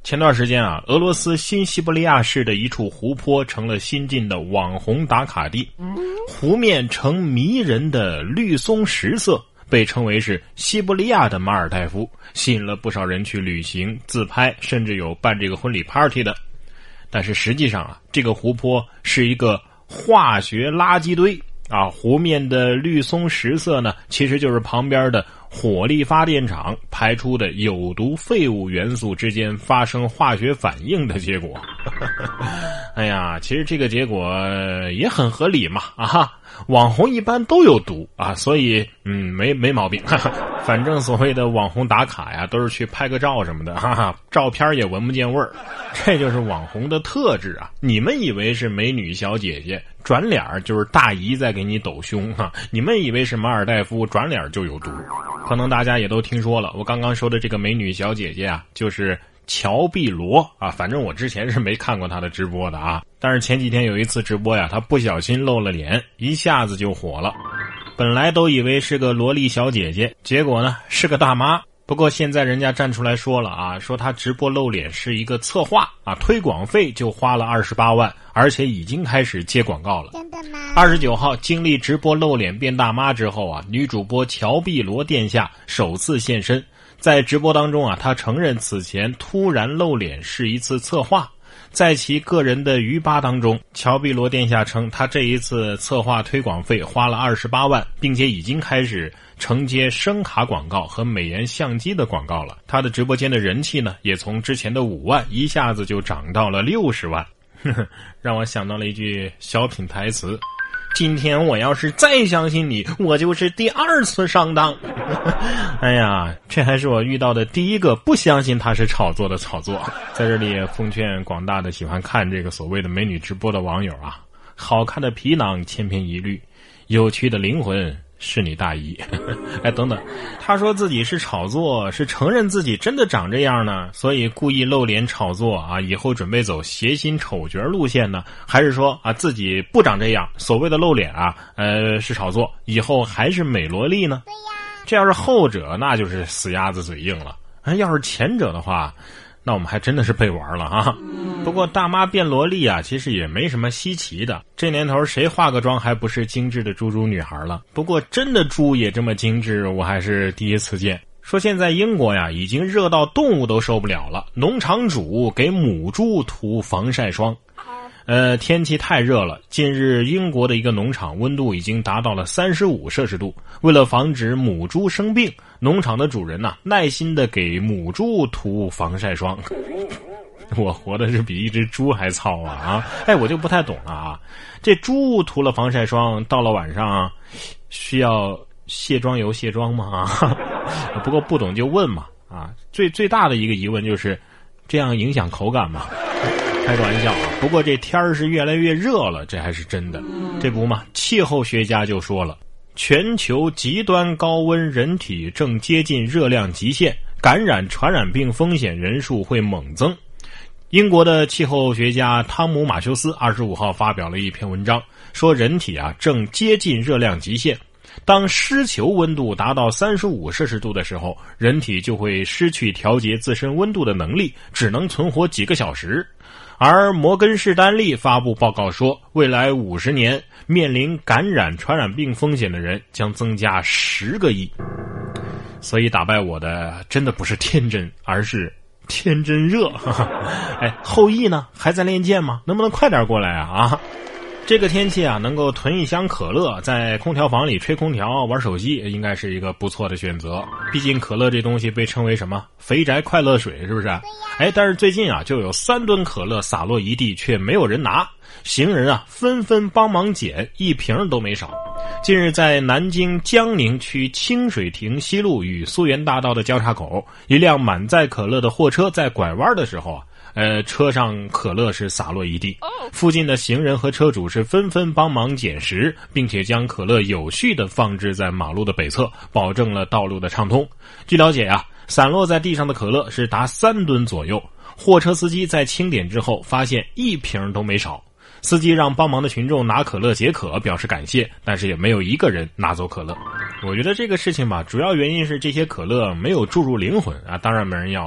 前段时间啊，俄罗斯新西伯利亚市的一处湖泊成了新晋的网红打卡地，湖面呈迷人的绿松石色，被称为是西伯利亚的马尔代夫，吸引了不少人去旅行、自拍，甚至有办这个婚礼 party 的。但是实际上啊，这个湖泊是一个化学垃圾堆啊，湖面的绿松石色呢，其实就是旁边的火力发电厂排出的有毒废物元素之间发生化学反应的结果。哎呀，其实这个结果也很合理嘛啊，网红一般都有毒啊，所以没毛病。反正所谓的网红打卡呀，都是去拍个照什么的，哈哈，照片也闻不见味儿，这就是网红的特质啊！你们以为是美女小姐姐，转脸就是大姨在给你抖胸哈；你们以为是马尔代夫，转脸就有毒。可能大家也都听说了，我刚刚说的这个美女小姐姐啊，就是乔碧罗啊，反正我之前是没看过她的直播的啊，但是前几天有一次直播呀，她不小心露了脸，一下子就火了。本来都以为是个萝莉小姐姐，结果呢是个大妈。不过现在人家站出来说了啊，说她直播露脸是一个策划啊，推广费就花了28万，而且已经开始接广告了。 真的吗 ？29号经历直播露脸变大妈之后啊，女主播乔碧罗殿下首次现身。在直播当中啊，她承认此前突然露脸是一次策划。在其个人的鱼吧当中，乔碧罗殿下称他这一次策划推广费花了28万，并且已经开始承接声卡广告和美颜相机的广告了。他的直播间的人气呢，也从之前的5万一下子就涨到了60万。让我想到了一句小品台词，今天我要是再相信你，我就是第2次上当。哎呀，这还是我遇到的第一个不相信他是炒作的炒作。在这里也奉劝广大的喜欢看这个所谓的美女直播的网友啊，好看的皮囊千篇一律，有趣的灵魂是你大姨。哎，等等，他说自己是炒作，是承认自己真的长这样呢，所以故意露脸炒作啊，以后准备走谐星丑角路线呢，还是说啊自己不长这样，所谓的露脸啊，是炒作，以后还是美萝莉呢？ 对呀， 这要是后者，那就是死鸭子嘴硬了。要是前者的话，那我们还真的是被玩了啊！不过大妈变萝莉啊，其实也没什么稀奇的。这年头谁化个妆还不是精致的猪猪女孩了？不过真的猪也这么精致，我还是第一次见。说现在英国呀，已经热到动物都受不了了，农场主给母猪涂防晒霜。天气太热了，近日英国的一个农场温度已经达到了35摄氏度。为了防止母猪生病，农场的主人呢，耐心的给母猪涂防晒霜。我活的是比一只猪还糙啊！我就不太懂了啊，这猪涂了防晒霜，到了晚上需要卸妆油卸妆吗？不过不懂就问嘛啊！最大的一个疑问就是，这样影响口感吗？开个玩笑啊！不过这天儿是越来越热了，这还是真的。这不嘛，气候学家就说了，全球极端高温，人体正接近热量极限，感染传染病风险人数会猛增。英国的气候学家汤姆·马修斯25号发表了一篇文章，说人体啊正接近热量极限。当湿球温度达到35摄氏度的时候，人体就会失去调节自身温度的能力，只能存活几个小时。而摩根士丹利发布报告说，未来50年面临感染传染病风险的人将增加10个亿。所以打败我的真的不是天真，而是天真热。后羿呢？还在练剑吗？能不能快点过来啊？这个天气啊，能够囤一箱可乐，在空调房里吹空调玩手机，应该是一个不错的选择。毕竟可乐这东西被称为什么肥宅快乐水，是不是？但是最近啊，就有3吨可乐洒落一地，却没有人拿。行人啊纷纷帮忙捡，一瓶都没少。近日在南京江宁区清水亭西路与苏园大道的交叉口，一辆满载可乐的货车在拐弯的时候啊，车上可乐是洒落一地，附近的行人和车主是纷纷帮忙捡拾，并且将可乐有序地放置在马路的北侧，保证了道路的畅通。据了解啊，散落在地上的可乐是达3吨左右，货车司机在清点之后发现一瓶都没少。司机让帮忙的群众拿可乐解渴，表示感谢，但是也没有一个人拿走可乐。我觉得这个事情吧，主要原因是这些可乐没有注入灵魂啊，当然没人要了。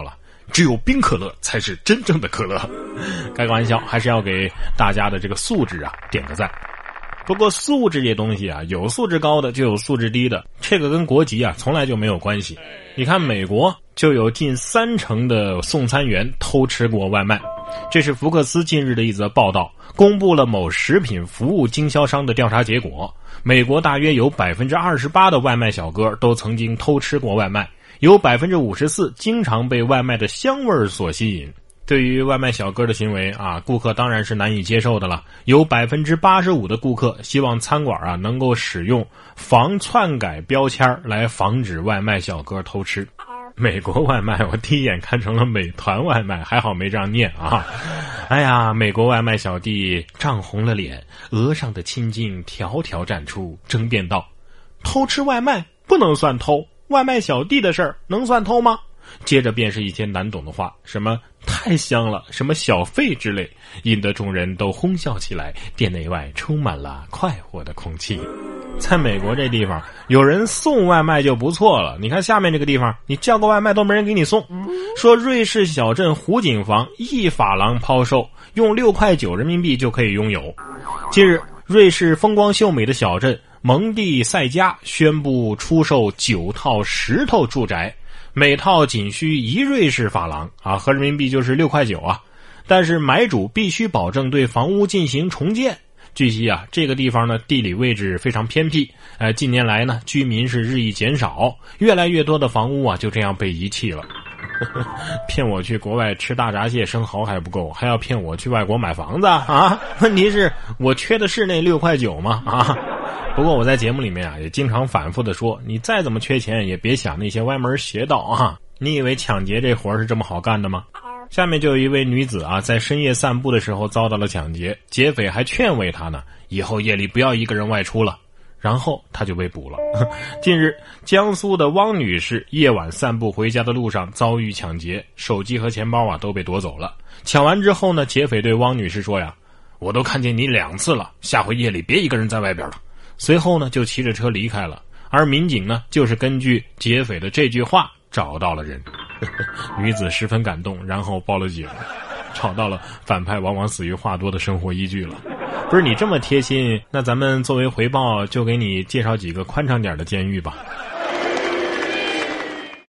只有冰可乐才是真正的可乐。开个玩笑，还是要给大家的这个素质啊点个赞。不过素质这东西啊，有素质高的就有素质低的，这个跟国籍啊从来就没有关系。你看美国就有近30%的送餐员偷吃过外卖，这是福克斯近日的一则报道，公布了某食品服务经销商的调查结果。美国大约有 28% 的外卖小哥都曾经偷吃过外卖，有 54% 经常被外卖的香味所吸引。对于外卖小哥的行为啊，顾客当然是难以接受的了。有 85% 的顾客希望餐馆啊能够使用防篡改标签来防止外卖小哥偷吃。美国外卖我第一眼看成了美团外卖，还好没这样念啊。哎呀，美国外卖小弟涨红了脸，额上的青筋条条绽出，争辩道：偷吃外卖不能算偷，外卖小弟的事儿能算偷吗？接着便是一些难懂的话，什么太香了，什么小费之类，引得众人都哄笑起来，店内外充满了快活的空气。在美国这地方，有人送外卖就不错了，你看下面这个地方，你叫个外卖都没人给你送。说瑞士小镇湖景房1法郎抛售，用6.9块人民币就可以拥有。近日，瑞士风光秀美的小镇蒙蒂塞加宣布出售9套石头住宅，每套仅需1瑞士法郎啊，合人民币就是6.9块啊。但是买主必须保证对房屋进行重建。据悉啊，这个地方呢地理位置非常偏僻，近年来呢居民是日益减少，越来越多的房屋啊就这样被遗弃了。骗我去国外吃大闸蟹生蚝还不够，还要骗我去外国买房子啊？问题是我缺的是那6.9块吗？啊！不过我在节目里面啊也经常反复的说，你再怎么缺钱也别想那些歪门邪道啊！你以为抢劫这活是这么好干的吗？下面就有一位女子啊，在深夜散步的时候遭到了抢劫，劫匪还劝慰她呢，以后夜里不要一个人外出了。然后她就被捕了。近日，江苏的汪女士夜晚散步回家的路上遭遇抢劫，手机和钱包啊都被夺走了。抢完之后呢，劫匪对汪女士说呀：“我都看见你2次了，下回夜里别一个人在外边了。”随后呢，就骑着车离开了。而民警呢，就是根据劫匪的这句话找到了人。女子十分感动，然后报了警，找到了反派往往死于话多的生活依据了。不是你这么贴心，那咱们作为回报就给你介绍几个宽敞点的监狱吧。